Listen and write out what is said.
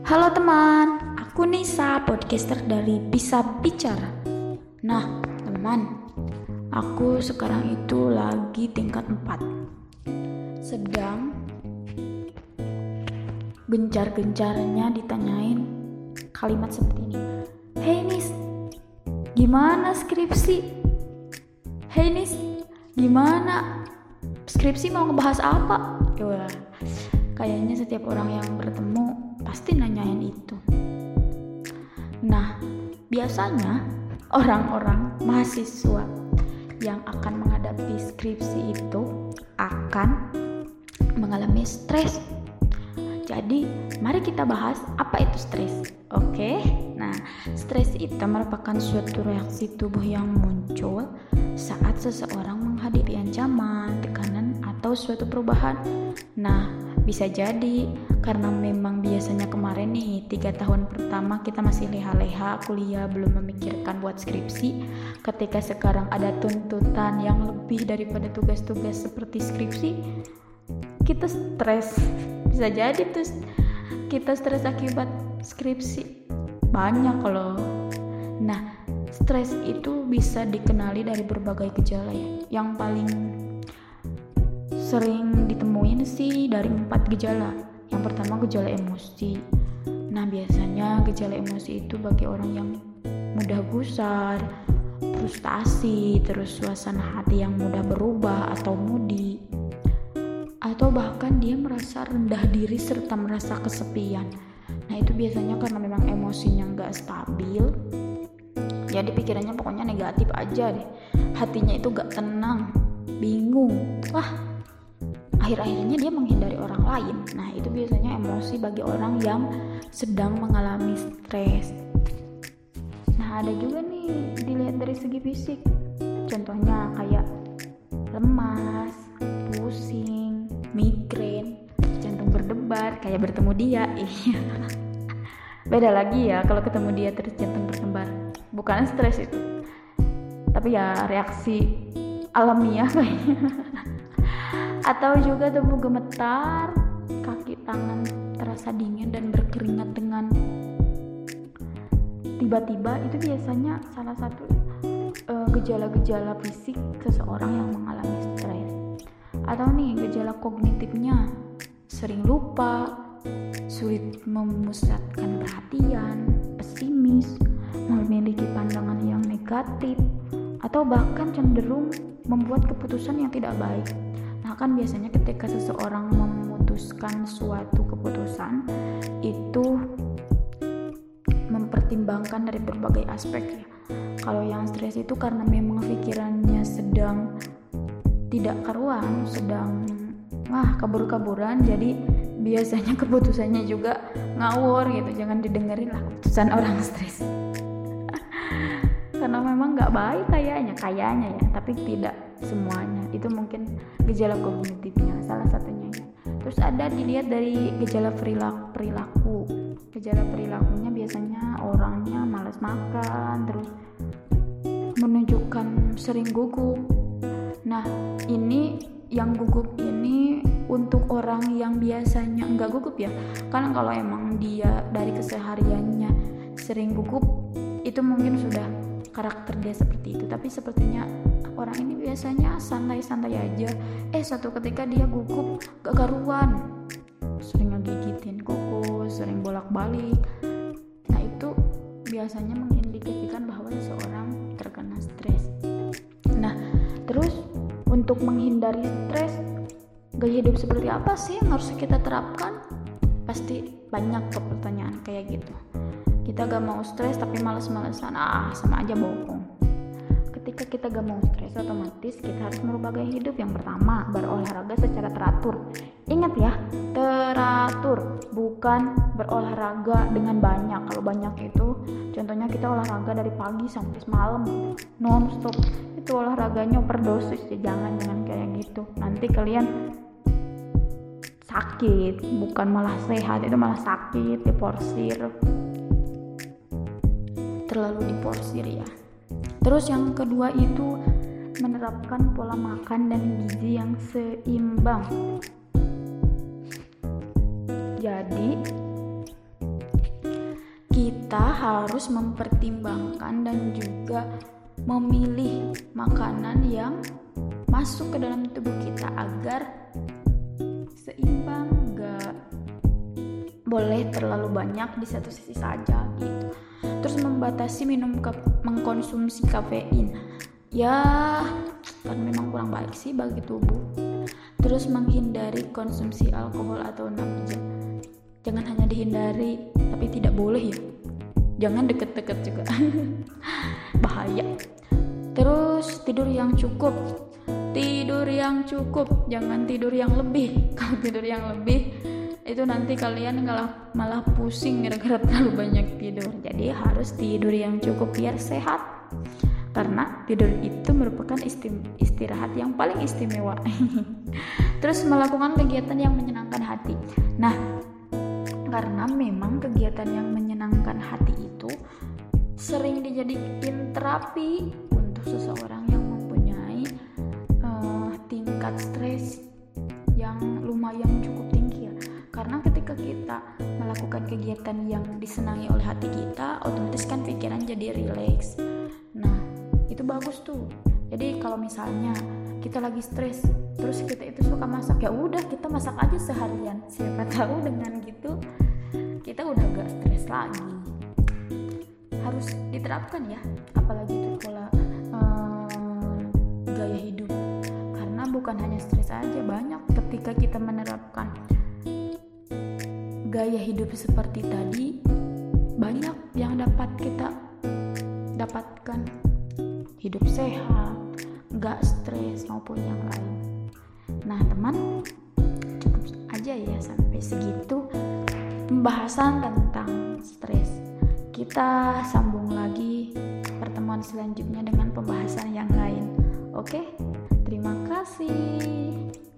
Halo teman, aku Nisa, podcaster dari Bisa Bicara. Nah, teman, aku sekarang itu lagi tingkat 4. Sedang gencar-gencarnya ditanyain kalimat seperti ini. Hey Nis, gimana skripsi? Hey Nis, gimana? Skripsi mau ngebahas apa? Wah, kayaknya setiap orang yang bertemu pasti nanyain itu. Nah, biasanya orang-orang mahasiswa yang akan menghadapi skripsi itu akan mengalami stres. Jadi, mari kita bahas apa itu stres. Oke? Nah, stres itu merupakan suatu reaksi tubuh yang muncul saat seseorang menghadapi ancaman, tekanan, atau suatu perubahan. Nah, bisa jadi karena memang biasanya kemarin nih 3 tahun pertama kita masih leha-leha kuliah, belum memikirkan buat skripsi. Ketika sekarang ada tuntutan yang lebih daripada tugas-tugas seperti skripsi, kita stres. Bisa jadi tuh kita stres akibat skripsi. Banyak loh. Nah, stres itu bisa dikenali dari berbagai gejala ya. Yang paling sering ditemuin sih dari 4 gejala. Yang pertama gejala emosi. Nah, biasanya gejala emosi itu bagi orang yang mudah gusar, frustasi, terus suasana hati yang mudah berubah atau moody, atau bahkan dia merasa rendah diri serta merasa kesepian. Nah, itu biasanya karena memang emosinya gak stabil. Jadi pikirannya pokoknya negatif aja deh. Hatinya itu gak tenang, bingung. Wah, akhir-akhirnya dia menghindari orang lain. Nah, itu biasanya emosi bagi orang yang sedang mengalami stres. Nah, ada juga nih dilihat dari segi fisik. Contohnya kayak lemas, pusing, migrain, jantung berdebar, kayak bertemu dia. Iya. Beda lagi ya kalau ketemu dia terus jantung berdebar. Bukan stres itu, tapi ya reaksi alamiah kayaknya. Atau juga tubuh gemetar, kaki tangan terasa dingin dan berkeringat dengan tiba-tiba. Itu biasanya salah satu gejala-gejala fisik seseorang yang mengalami stres. Atau nih gejala kognitifnya, sering lupa, sulit memusatkan perhatian, pesimis, memiliki pandangan yang negatif, atau bahkan cenderung membuat keputusan yang tidak baik. Nah, kan biasanya ketika seseorang memutuskan suatu keputusan itu mempertimbangkan dari berbagai aspek ya. Kalau yang stres itu karena memang pikirannya sedang tidak karuan, sedang kabur-kaburan, jadi biasanya keputusannya juga ngawur gitu. Jangan didengerin lah keputusan orang stres. Karena memang nggak baik kayaknya ya, tapi tidak semuanya. Itu mungkin gejala kognitifnya salah satunya ya. Terus ada dilihat dari gejala perilaku. Gejala perilakunya biasanya orangnya malas makan, terus menunjukkan sering gugup. Nah, ini yang gugup ini untuk orang yang biasanya enggak gugup ya. Karena kalau emang dia dari kesehariannya sering gugup, itu mungkin sudah karakter dia seperti itu. Tapi sepertinya orang ini biasanya santai-santai aja. Suatu ketika dia gugup gak karuan, sering ngegigitin kuku, sering bolak-balik. Nah, itu biasanya mengindikasikan bahwa seseorang terkena stres. Nah, terus untuk menghindari stres, gaya hidup seperti apa sih yang harus kita terapkan? Pasti banyak pertanyaan kayak gitu. Kita gak mau stres tapi males-malesan, sama aja bohong. Ketika kita gak mau stres, otomatis kita harus merubah gaya hidup. Yang pertama, berolahraga secara teratur. Ingat ya, teratur, bukan berolahraga dengan banyak. Kalau banyak itu, contohnya kita olahraga dari pagi sampai malam, non-stop. Itu olahraganya overdosis ya, jangan kayak gitu. Nanti kalian sakit, bukan malah sehat, itu malah sakit, diporsir. Terlalu diporsir ya. Terus yang kedua itu menerapkan pola makan dan gizi yang seimbang. Jadi kita harus mempertimbangkan dan juga memilih makanan yang masuk ke dalam tubuh kita agar seimbang, gak boleh terlalu banyak di satu sisi saja gitu. Terus membatasi mengkonsumsi kafein, ya kan memang kurang baik sih bagi tubuh. Terus menghindari konsumsi alkohol atau nafsu. Jangan hanya dihindari, tapi tidak boleh ya. Jangan deket-deket juga. Bahaya. Terus tidur yang cukup. Tidur yang cukup, jangan tidur yang lebih. Kalau tidur yang lebih itu nanti kalian malah pusing gara-gara terlalu banyak tidur. Jadi harus tidur yang cukup biar sehat. Karena tidur itu merupakan istirahat yang paling istimewa. Terus melakukan kegiatan yang menyenangkan hati. Nah, karena memang kegiatan yang menyenangkan hati itu sering dijadikan terapi untuk seseorang yang mempunyai tingkat stres yang lumayan cukup tinggi ya. Karena ketika kita melakukan kegiatan yang disenangi oleh hati kita, otomatis kan pikiran jadi rileks. Nah, itu bagus tuh. Jadi kalau misalnya kita lagi stres, terus kita itu suka masak, ya udah kita masak aja seharian. Siapa tahu dengan gitu kita udah gak stres lagi. Harus diterapkan ya, apalagi itu pola gaya hidup. Karena bukan hanya stres aja, banyak ketika kita menerapkan gaya hidup seperti tadi, banyak yang dapat kita dapatkan. Hidup sehat, gak stres maupun yang lain. Nah teman, cukup aja ya sampai segitu pembahasan tentang stres. Kita sambung lagi pertemuan selanjutnya dengan pembahasan yang lain. Oke, terima kasih.